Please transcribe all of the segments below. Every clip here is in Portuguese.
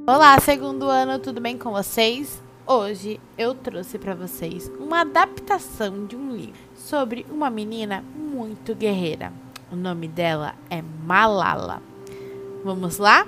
Olá, segundo ano, tudo bem com vocês? Hoje eu trouxe para vocês uma adaptação de um livro sobre uma menina muito guerreira. O nome dela é Malala. Vamos lá?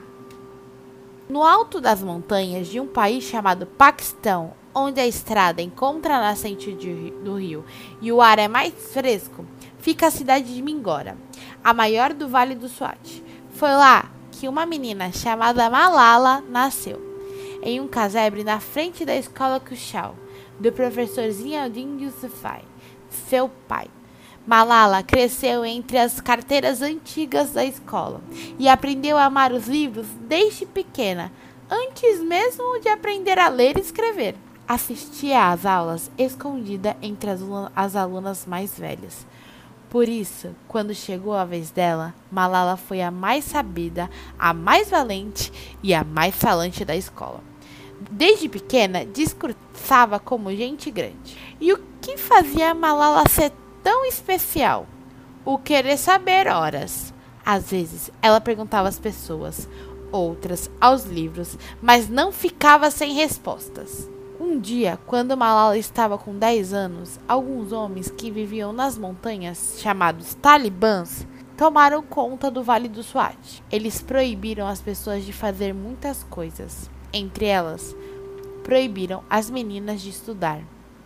No alto das montanhas de um país chamado Paquistão, onde a estrada encontra a nascente do rio e o ar é mais fresco, fica a cidade de Mingora, a maior do Vale do Swat. Foi lá que uma menina chamada Malala nasceu, em um casebre na frente da escola Kushal, do professor Ziauddin Yousafzai, seu pai. Malala cresceu entre as carteiras antigas da escola e aprendeu a amar os livros desde pequena, antes mesmo de aprender a ler e escrever. Assistia às aulas escondida entre as alunas mais velhas. Por isso, quando chegou a vez dela, Malala foi a mais sabida, a mais valente e a mais falante da escola. Desde pequena, discursava como gente grande. E o que fazia Malala ser tão especial? O querer saber horas. Às vezes, ela perguntava às pessoas, outras aos livros, mas não ficava sem respostas. Um dia, quando Malala estava com 10 anos, alguns homens que viviam nas montanhas, chamados talibãs, tomaram conta do Vale do Swat. Eles proibiram as pessoas de fazer muitas coisas. Entre elas, proibiram as meninas de estudar.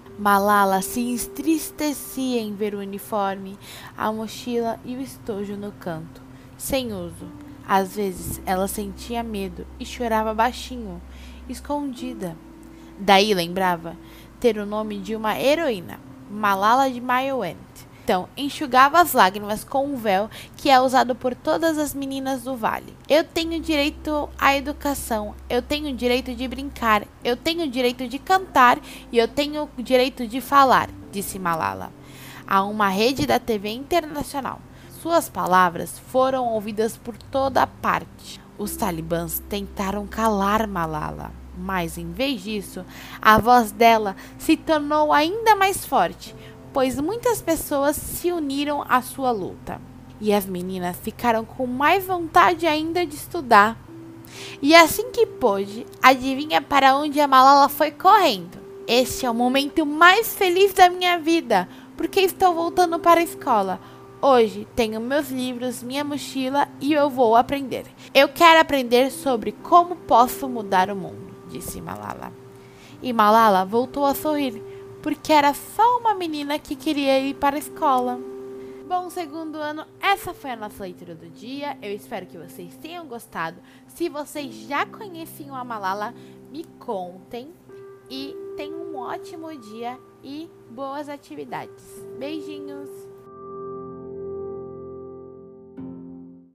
Malala se entristecia em ver o uniforme, a mochila e o estojo no canto, sem uso. Às vezes, ela sentia medo e chorava baixinho, escondida. Daí lembrava ter o nome de uma heroína, Malala de Mayowen. Então, enxugava as lágrimas com um véu que é usado por todas as meninas do vale. Eu tenho direito à educação, eu tenho direito de brincar, eu tenho direito de cantar e eu tenho direito de falar, disse Malala a uma rede da TV internacional. Suas palavras foram ouvidas por toda parte. Os talibãs tentaram calar Malala, mas em vez disso, a voz dela se tornou ainda mais forte, pois muitas pessoas se uniram à sua luta. E as meninas ficaram com mais vontade ainda de estudar. E assim que pôde, adivinha para onde a Malala foi correndo? Este é o momento mais feliz da minha vida, porque estou voltando para a escola. Hoje tenho meus livros, minha mochila e eu vou aprender. Eu quero aprender sobre como posso mudar o mundo, disse Malala. E Malala voltou a sorrir, porque era só uma menina que queria ir para a escola. Bom, segundo ano, essa foi a nossa leitura do dia. Eu espero que vocês tenham gostado. Se vocês já conheciam a Malala, me contem. E tenham um ótimo dia e boas atividades. Beijinhos!